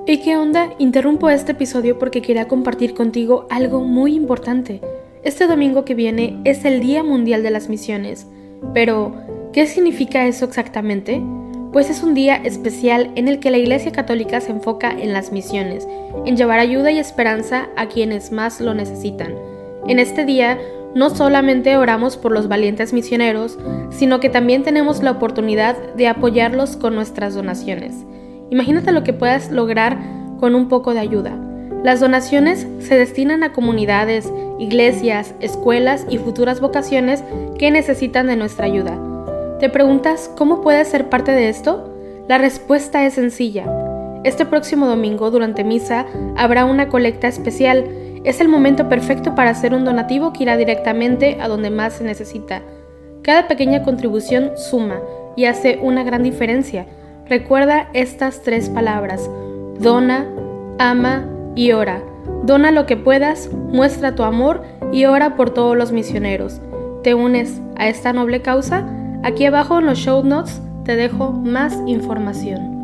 ¿Y qué onda? Interrumpo este episodio porque quería compartir contigo algo muy importante. Este domingo que viene es el Día Mundial de las Misiones. Pero, ¿qué significa eso exactamente? Pues es un día especial en el que la Iglesia Católica se enfoca en las misiones, en llevar ayuda y esperanza a quienes más lo necesitan. En este día, no solamente oramos por los valientes misioneros, sino que también tenemos la oportunidad de apoyarlos con nuestras donaciones. Imagínate lo que puedas lograr con un poco de ayuda. Las donaciones se destinan a comunidades, iglesias, escuelas y futuras vocaciones que necesitan de nuestra ayuda. ¿Te preguntas cómo puedes ser parte de esto? La respuesta es sencilla. Este próximo domingo, durante misa, habrá una colecta especial. Es el momento perfecto para hacer un donativo que irá directamente a donde más se necesita. Cada pequeña contribución suma y hace una gran diferencia. Recuerda estas 3 palabras: dona, ama y ora. Dona lo que puedas, muestra tu amor y ora por todos los misioneros. ¿Te unes a esta noble causa? Aquí abajo en los show notes te dejo más información.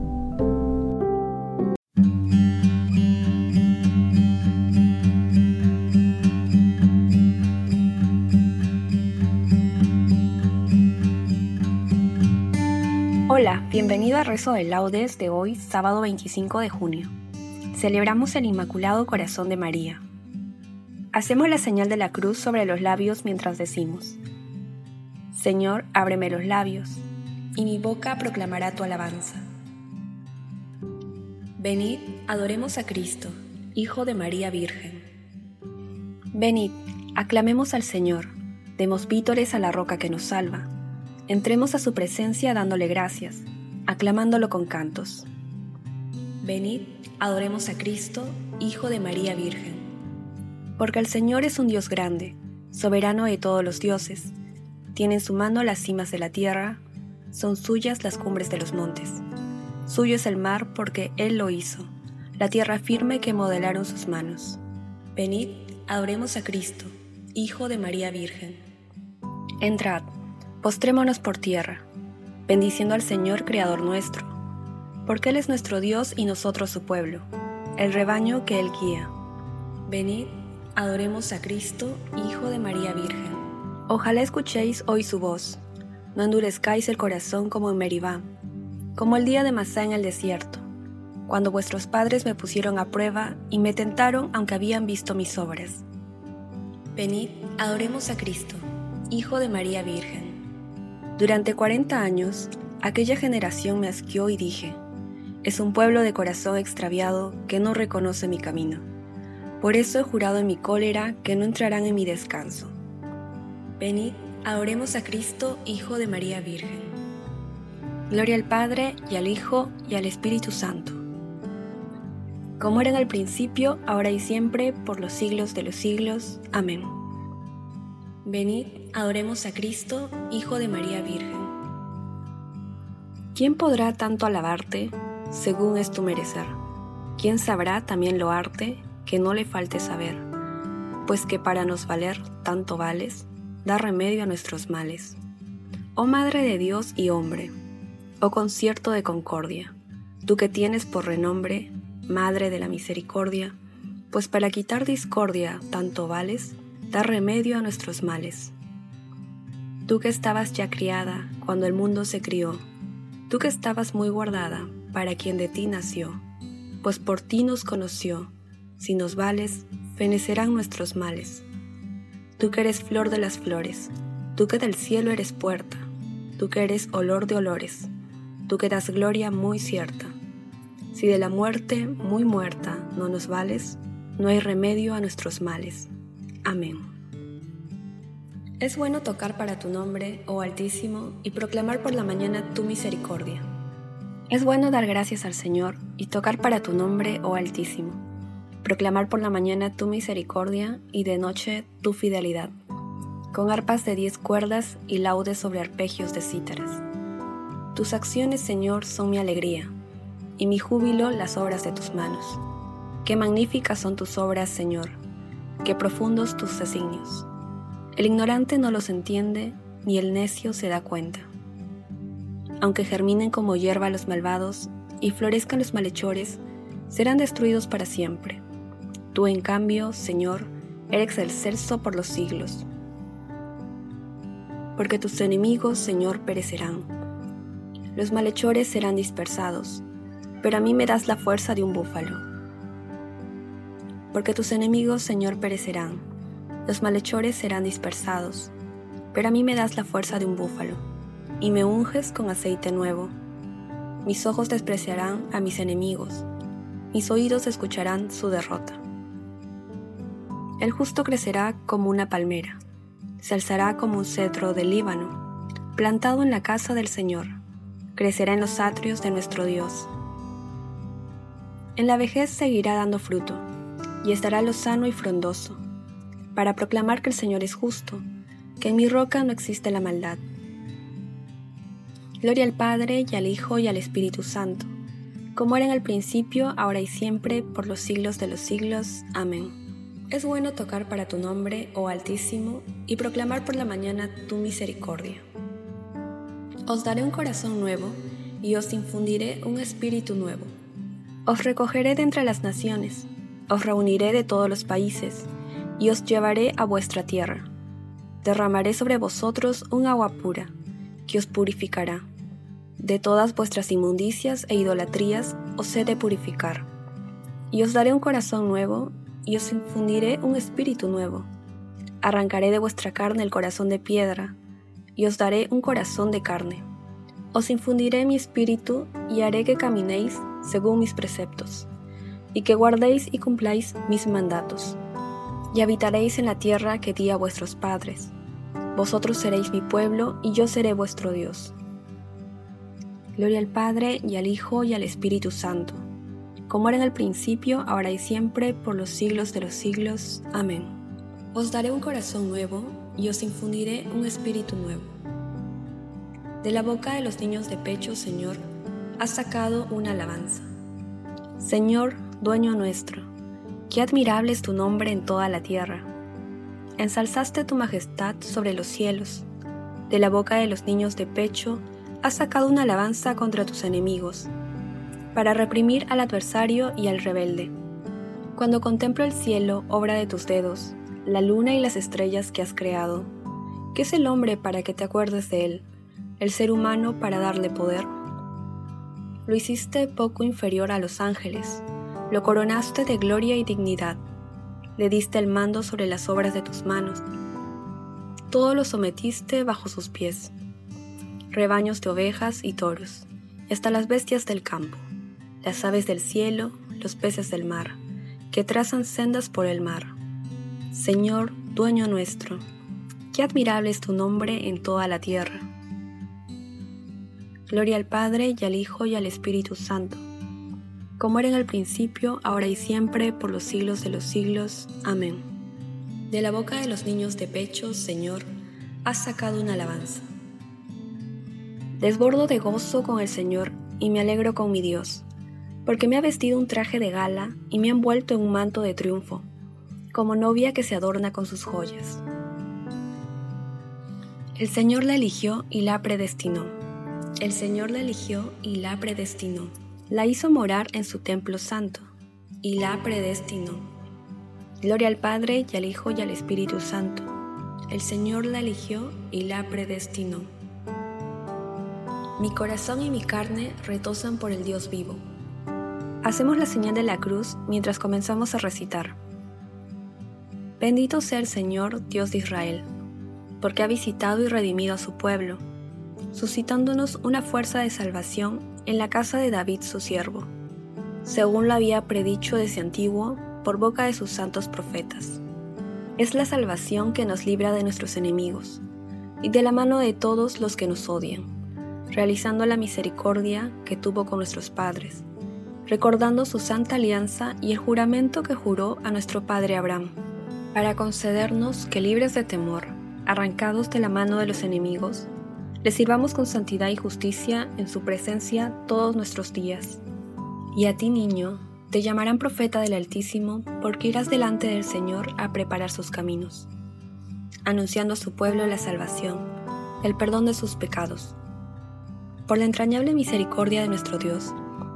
Hola, bienvenido al rezo de laudes de hoy, sábado 25 de junio. Celebramos el Inmaculado Corazón de María. Hacemos la señal de la cruz sobre los labios mientras decimos: Señor, ábreme los labios, y mi boca proclamará tu alabanza. Venid, adoremos a Cristo, Hijo de María Virgen. Venid, aclamemos al Señor, demos vítores a la roca que nos salva. Entremos a su presencia dándole gracias, aclamándolo con cantos. Venid, adoremos a Cristo, Hijo de María Virgen. Porque el Señor es un Dios grande, soberano de todos los dioses. Tiene en su mano las cimas de la tierra, son suyas las cumbres de los montes. Suyo es el mar porque Él lo hizo, la tierra firme que modelaron sus manos. Venid, adoremos a Cristo, Hijo de María Virgen. Entrad. Postrémonos por tierra, bendiciendo al Señor Creador nuestro, porque Él es nuestro Dios y nosotros su pueblo, el rebaño que Él guía. Venid, adoremos a Cristo, Hijo de María Virgen. Ojalá escuchéis hoy su voz, no endurezcáis el corazón como en Meribá, como el día de Masá en el desierto, cuando vuestros padres me pusieron a prueba y me tentaron aunque habían visto mis obras. Venid, adoremos a Cristo, Hijo de María Virgen. Durante 40 años, aquella generación me asqueó y dije: es un pueblo de corazón extraviado que no reconoce mi camino. Por eso he jurado en mi cólera que no entrarán en mi descanso. Venid, adoremos a Cristo, Hijo de María Virgen. Gloria al Padre, y al Hijo, y al Espíritu Santo. Como era en el principio, ahora y siempre, por los siglos de los siglos. Amén. Venid, adoremos a Cristo, Hijo de María Virgen. ¿Quién podrá tanto alabarte, según es tu merecer? ¿Quién sabrá también loarte, que no le falte saber? Pues que para nos valer tanto vales, da remedio a nuestros males. Oh Madre de Dios y hombre, oh concierto de concordia, tú que tienes por renombre, Madre de la misericordia, pues para quitar discordia tanto vales, da remedio a nuestros males. Tú que estabas ya criada cuando el mundo se crió, tú que estabas muy guardada para quien de ti nació, pues por ti nos conoció, si nos vales, fenecerán nuestros males. Tú que eres flor de las flores, tú que del cielo eres puerta, tú que eres olor de olores, tú que das gloria muy cierta. Si de la muerte muy muerta no nos vales, no hay remedio a nuestros males. Amén. Es bueno tocar para tu nombre, oh Altísimo, y proclamar por la mañana tu misericordia. Es bueno dar gracias al Señor y tocar para tu nombre, oh Altísimo, proclamar por la mañana tu misericordia y de noche tu fidelidad, con arpas de 10 cuerdas y laudes sobre arpegios de cítaras. Tus acciones, Señor, son mi alegría, y mi júbilo las obras de tus manos. Qué magníficas son tus obras, Señor, qué profundos tus designios. El ignorante no los entiende, ni el necio se da cuenta. Aunque germinen como hierba los malvados y florezcan los malhechores, serán destruidos para siempre. Tú, en cambio, Señor, eres excelso por los siglos. Porque tus enemigos, Señor, perecerán. Los malhechores serán dispersados, pero a mí me das la fuerza de un búfalo. Porque tus enemigos, Señor, perecerán. Los malhechores serán dispersados, pero a mí me das la fuerza de un búfalo, y me unges con aceite nuevo. Mis ojos despreciarán a mis enemigos, mis oídos escucharán su derrota. El justo crecerá como una palmera, se alzará como un cedro del Líbano, plantado en la casa del Señor, crecerá en los atrios de nuestro Dios. En la vejez seguirá dando fruto, y estará lozano y frondoso, para proclamar que el Señor es justo, que en mi roca no existe la maldad. Gloria al Padre, y al Hijo, y al Espíritu Santo, como era en el principio, ahora y siempre, por los siglos de los siglos. Amén. Es bueno tocar para tu nombre, oh Altísimo, y proclamar por la mañana tu misericordia. Os daré un corazón nuevo, y os infundiré un espíritu nuevo. Os recogeré de entre las naciones, os reuniré de todos los países, y os llevaré a vuestra tierra. Derramaré sobre vosotros un agua pura, que os purificará. De todas vuestras inmundicias e idolatrías os he de purificar. Y os daré un corazón nuevo, y os infundiré un espíritu nuevo. Arrancaré de vuestra carne el corazón de piedra, y os daré un corazón de carne. Os infundiré mi espíritu, y haré que caminéis según mis preceptos, y que guardéis y cumpláis mis mandatos. Y habitaréis en la tierra que di a vuestros padres. Vosotros seréis mi pueblo, y yo seré vuestro Dios. Gloria al Padre, y al Hijo, y al Espíritu Santo, como era en el principio, ahora y siempre, por los siglos de los siglos. Amén. Os daré un corazón nuevo, y os infundiré un espíritu nuevo. De la boca de los niños de pecho, Señor, has sacado una alabanza. Señor, dueño nuestro, qué admirable es tu nombre en toda la tierra. Ensalzaste tu majestad sobre los cielos. De la boca de los niños de pecho, has sacado una alabanza contra tus enemigos, para reprimir al adversario y al rebelde. Cuando contemplo el cielo, obra de tus dedos, la luna y las estrellas que has creado, ¿qué es el hombre para que te acuerdes de él, el ser humano para darle poder? Lo hiciste poco inferior a los ángeles, lo coronaste de gloria y dignidad, le diste el mando sobre las obras de tus manos, todo lo sometiste bajo sus pies, rebaños de ovejas y toros, y hasta las bestias del campo, las aves del cielo, los peces del mar, que trazan sendas por el mar. Señor, dueño nuestro, qué admirable es tu nombre en toda la tierra. Gloria al Padre, y al Hijo, y al Espíritu Santo, como era en el principio, ahora y siempre, por los siglos de los siglos. Amén. De la boca de los niños de pecho, Señor, has sacado una alabanza. Desbordo de gozo con el Señor, y me alegro con mi Dios, porque me ha vestido un traje de gala, y me ha envuelto en un manto de triunfo, como novia que se adorna con sus joyas. El Señor la eligió y la predestinó. El Señor la eligió y la predestinó. La hizo morar en su templo santo, y la predestinó. Gloria al Padre, y al Hijo, y al Espíritu Santo. El Señor la eligió y la predestinó. Mi corazón y mi carne retosan por el Dios vivo. Hacemos la señal de la cruz mientras comenzamos a recitar. Bendito sea el Señor, Dios de Israel, porque ha visitado y redimido a su pueblo, suscitándonos una fuerza de salvación en la casa de David su siervo, según lo había predicho desde antiguo por boca de sus santos profetas. Es la salvación que nos libra de nuestros enemigos y de la mano de todos los que nos odian, realizando la misericordia que tuvo con nuestros padres, recordando su santa alianza y el juramento que juró a nuestro padre Abraham, para concedernos que, libres de temor, arrancados de la mano de los enemigos, le sirvamos con santidad y justicia en su presencia todos nuestros días. Y a ti, niño, te llamarán profeta del Altísimo, porque irás delante del Señor a preparar sus caminos, anunciando a su pueblo la salvación, el perdón de sus pecados. Por la entrañable misericordia de nuestro Dios,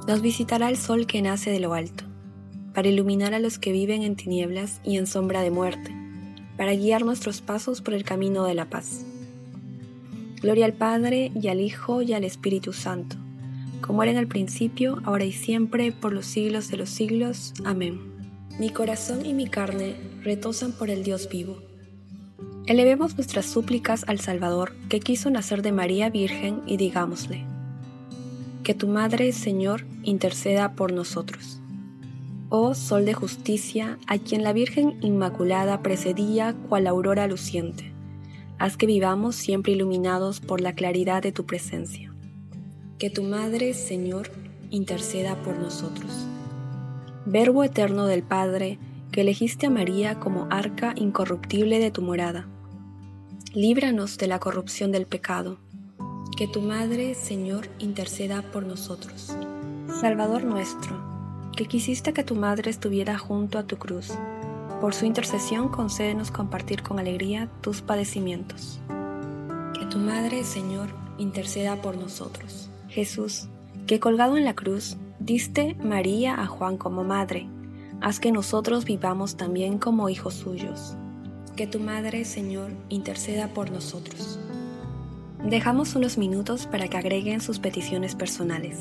Nos visitará el sol que nace de lo alto, para iluminar a los que viven en tinieblas y en sombra de muerte, para guiar nuestros pasos por el camino de la paz. Gloria al Padre, y al Hijo, y al Espíritu Santo, como era en el principio, ahora y siempre, por los siglos de los siglos. Amén. Mi corazón y mi carne retozan por el Dios vivo. Elevemos nuestras súplicas al Salvador, que quiso nacer de María Virgen, y digámosle: que tu Madre, Señor, interceda por nosotros. Oh Sol de justicia, a quien la Virgen Inmaculada precedía cual aurora luciente, haz que vivamos siempre iluminados por la claridad de tu presencia. Que tu Madre, Señor, interceda por nosotros. Verbo eterno del Padre, que elegiste a María como arca incorruptible de tu morada, líbranos de la corrupción del pecado. Que tu Madre, Señor, interceda por nosotros. Salvador nuestro, que quisiste que tu Madre estuviera junto a tu cruz, por su intercesión concédenos compartir con alegría tus padecimientos. Que tu Madre, Señor, interceda por nosotros. Jesús, que colgado en la cruz, diste María a Juan como madre, haz que nosotros vivamos también como hijos suyos. Que tu Madre, Señor, interceda por nosotros. Dejamos unos minutos para que agreguen sus peticiones personales.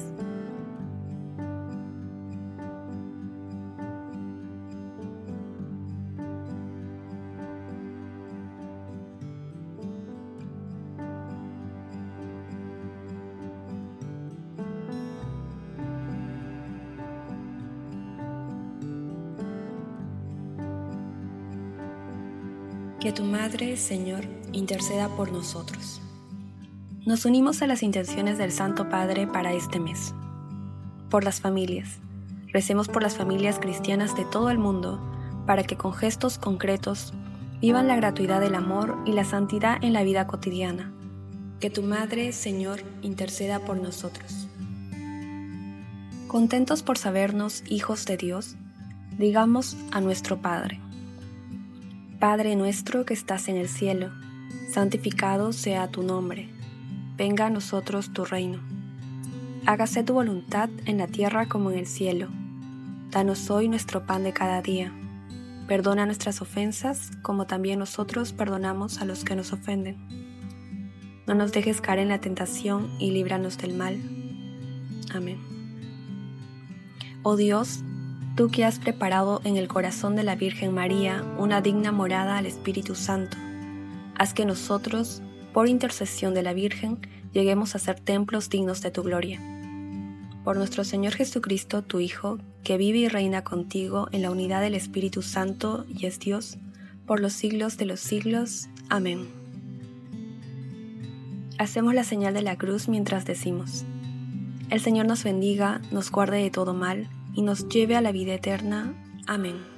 Que tu Madre, Señor, interceda por nosotros. Nos unimos a las intenciones del Santo Padre para este mes. Por las familias. Recemos por las familias cristianas de todo el mundo, para que con gestos concretos vivan la gratuidad del amor y la santidad en la vida cotidiana. Que tu Madre, Señor, interceda por nosotros. Contentos por sabernos hijos de Dios, digamos a nuestro Padre: Padre nuestro que estás en el cielo, santificado sea tu nombre. Venga a nosotros tu reino. Hágase tu voluntad en la tierra como en el cielo. Danos hoy nuestro pan de cada día. Perdona nuestras ofensas, como también nosotros perdonamos a los que nos ofenden. No nos dejes caer en la tentación y líbranos del mal. Amén. Oh Dios, tú que has preparado en el corazón de la Virgen María una digna morada al Espíritu Santo, haz que nosotros, por intercesión de la Virgen, lleguemos a ser templos dignos de tu gloria. Por nuestro Señor Jesucristo, tu Hijo, que vive y reina contigo en la unidad del Espíritu Santo y es Dios, por los siglos de los siglos. Amén. Hacemos la señal de la cruz mientras decimos: el Señor nos bendiga, nos guarde de todo mal y nos lleve a la vida eterna. Amén.